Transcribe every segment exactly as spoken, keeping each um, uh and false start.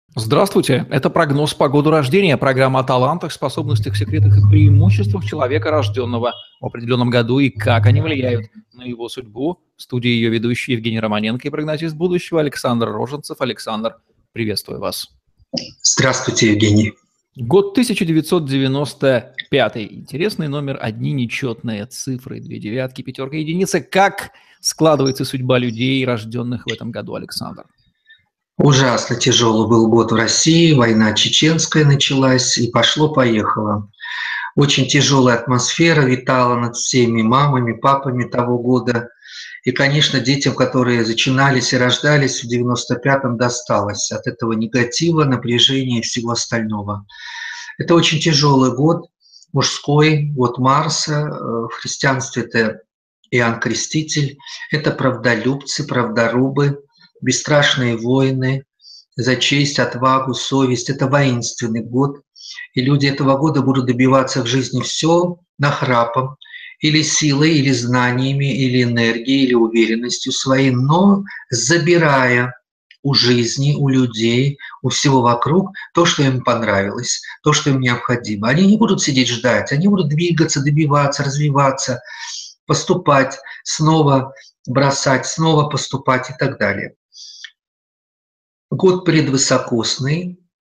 Здравствуйте! Это прогноз по году рождения, программа о талантах, способностях, секретах и преимуществах человека, рожденного в определенном году, и как они влияют на его судьбу. В студии ее ведущий Евгений Романенко и прогнозист будущего Александр Роженцев. Александр, приветствую вас. Здравствуйте, Евгений. Год тысяча девятьсот девяносто пятый. Интересный номер, одни нечетные цифры, две девятки, пятерка, единица. Как складывается судьба людей, рожденных в этом году, Александр? Ужасно тяжелый был год в России, война чеченская началась, и пошло-поехало. Очень тяжелая атмосфера витала над всеми мамами, папами того года. И, конечно, детям, которые зачинались и рождались в девяносто пятом, досталось от этого негатива, напряжения и всего остального. Это очень тяжелый год, мужской, год Марса. В христианстве это Иоанн Креститель, это правдолюбцы, правдорубы, бесстрашные воины за честь, отвагу, совесть. Это воинственный год. И люди этого года будут добиваться в жизни все нахрапом, или силой, или знаниями, или энергией, или уверенностью своей, но забирая у жизни, у людей, у всего вокруг то, что им понравилось, то, что им необходимо. Они не будут сидеть ждать, они будут двигаться, добиваться, развиваться, поступать, снова бросать, снова поступать и так далее. Год предвысокосный.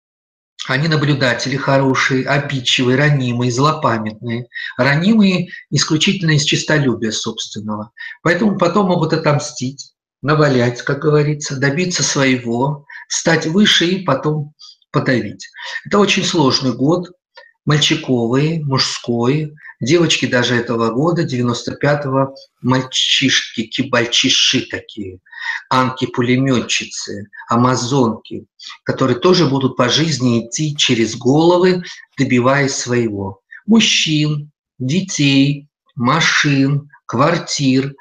Они наблюдатели хорошие, обидчивые, ранимые, злопамятные. Ранимые исключительно из честолюбия собственного. Поэтому потом могут отомстить, навалять, как говорится, добиться своего, стать выше и потом подавить. Это очень сложный год, мальчиковый, мужской. Девочки даже этого года, девяносто пятого, мальчишки, кибальчиши такие, анки-пулеметчицы, амазонки, которые тоже будут по жизни идти через головы, добиваясь своего. Мужчин, детей, машин, квартир,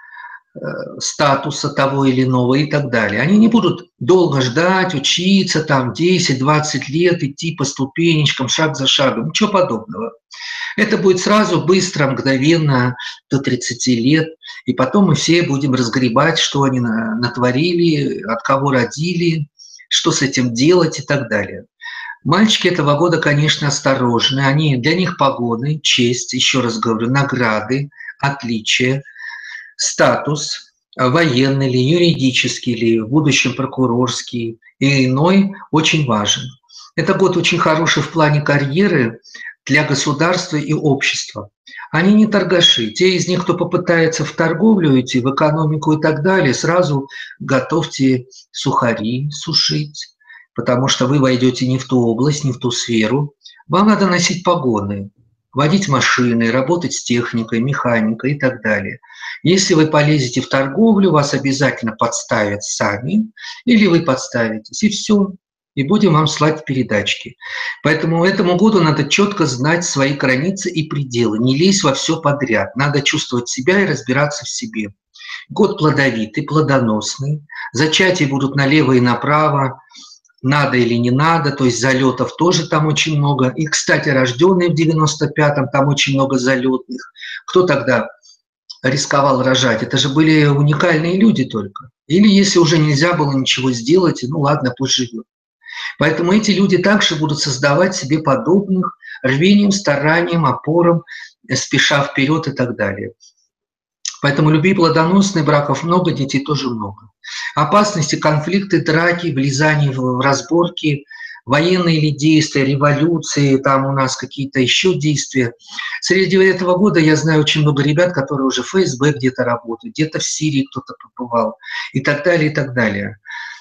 статуса того или иного и так далее. Они не будут долго ждать, учиться, там десять-двадцать лет, идти по ступенечкам, шаг за шагом, ничего подобного. Это будет сразу, быстро, мгновенно, до тридцати лет, и потом мы все будем разгребать, что они натворили, от кого родили, что с этим делать и так далее. Мальчики этого года, конечно, осторожны, они, для них погоны, честь, еще раз говорю, награды, отличия, статус, военный ли, юридический ли, в будущем прокурорский и иной, очень важен. Это год очень хороший в плане карьеры для государства и общества. Они не торгаши. Те из них, кто попытается в торговлю идти, в экономику и так далее, сразу готовьте сухари сушить, потому что вы войдете не в ту область, не в ту сферу. Вам надо носить погоны, водить машины, работать с техникой, механикой и так далее. Если вы полезете в торговлю, вас обязательно подставят сами, или вы подставитесь, и все. И будем вам слать передачки. Поэтому этому году надо четко знать свои границы и пределы. Не лезь во все подряд. Надо чувствовать себя и разбираться в себе. Год плодовитый, плодоносный. Зачатия будут налево и направо. Надо или не надо, то есть залетов тоже там очень много. И, кстати, рожденные в девяносто пятом, там очень много залетных. Кто тогда рисковал рожать? Это же были уникальные люди только. Или если уже нельзя было ничего сделать, ну ладно, пусть живет. Поэтому эти люди также будут создавать себе подобных рвением, старанием, опором, спеша вперед и так далее. Поэтому любви плодоносных, браков много, детей тоже много. Опасности, конфликты, драки, влезание в разборки, военные ли действия, революции, там у нас какие-то еще действия. Среди этого года я знаю очень много ребят, которые уже в эф эс бэ где-то работают, где-то в Сирии кто-то побывал и так далее, и так далее.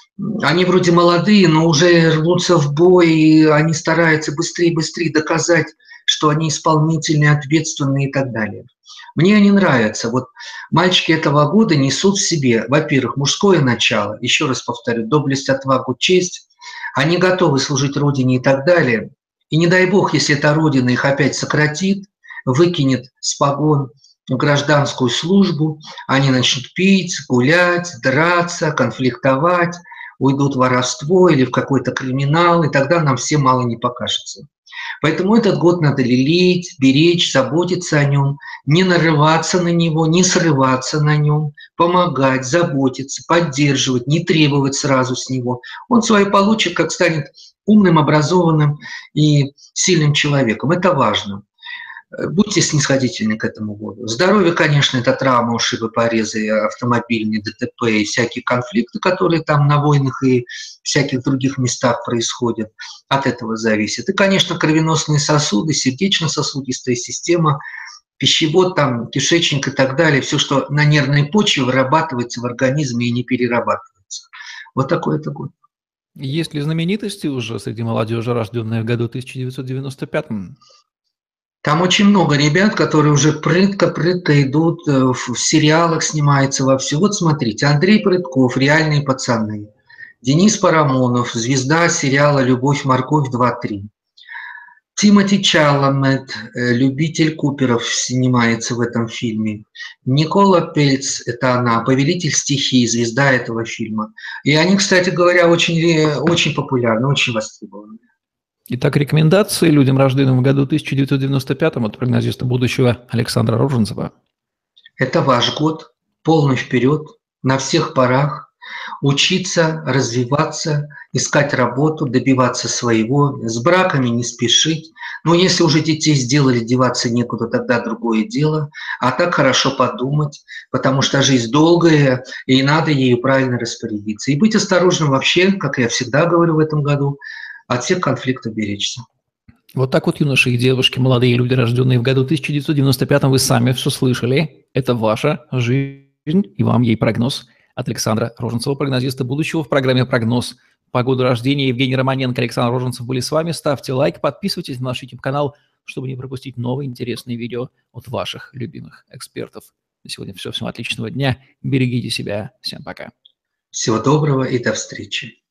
Они вроде молодые, но уже рвутся в бой, и они стараются быстрее-быстрее доказать, что они исполнительные, ответственные и так далее. Мне они нравятся. Вот мальчики этого года несут в себе, во-первых, мужское начало, еще раз повторю, доблесть, отвагу, честь. Они готовы служить Родине и так далее. И не дай бог, если эта Родина их опять сократит, выкинет с погон в гражданскую службу, они начнут пить, гулять, драться, конфликтовать, уйдут в воровство или в какой-то криминал, и тогда нам всем мало не покажется. Поэтому этот год надо лелеять, беречь, заботиться о нем, не нарываться на него, не срываться на нем, помогать, заботиться, поддерживать, не требовать сразу с него. Он свое получит, как станет умным, образованным и сильным человеком. Это важно. Будьте снисходительны к этому году. Здоровье, конечно, это травмы, ушибы, порезы, автомобильные ДТП и всякие конфликты, которые там на войнах и всяких других местах происходят. От этого зависит. И, конечно, кровеносные сосуды, сердечно-сосудистая система, пищевод, там, кишечник и так далее. Все, что на нервной почве вырабатывается в организме и не перерабатывается. Вот такой это год. Есть ли знаменитости уже среди молодежи, рожденные в году тысяча девятьсот девяносто пятом? Там очень много ребят, которые уже прытко-прытко идут, в сериалах снимаются вовсю. Вот смотрите, Андрей Прытков, «Реальные пацаны», Денис Парамонов, звезда сериала «Любовь, морковь два-три». Тимоти Чаламет, любитель Куперов, снимается в этом фильме. Никола Пельц, это она, повелитель стихий, звезда этого фильма. И они, кстати говоря, очень, очень популярны, очень востребованы. Итак, рекомендации людям, рожденным в году тысяча девятьсот девяносто пятом от прогнозиста будущего Александра Роженцева. Это ваш год, полный вперед, на всех парах. Учиться, развиваться, искать работу, добиваться своего, с браками не спешить. Но если уже детей сделали, деваться некуда, тогда другое дело. А так хорошо подумать, потому что жизнь долгая, и надо ею правильно распорядиться. И быть осторожным вообще, как я всегда говорю в этом году, от всех конфликтов беречься. Вот так вот, юноши и девушки, молодые люди, рожденные в году тысяча девятьсот девяносто пятом, вы сами все слышали. Это ваша жизнь, и вам ей прогноз от Александра Роженцева, прогнозиста будущего в программе «Прогноз по году рождения». Евгений Романенко, Александр Роженцев были с вами. Ставьте лайк, подписывайтесь на наш YouTube-канал, чтобы не пропустить новые интересные видео от ваших любимых экспертов. На сегодня все. Всем отличного дня. Берегите себя. Всем пока. Всего доброго и до встречи.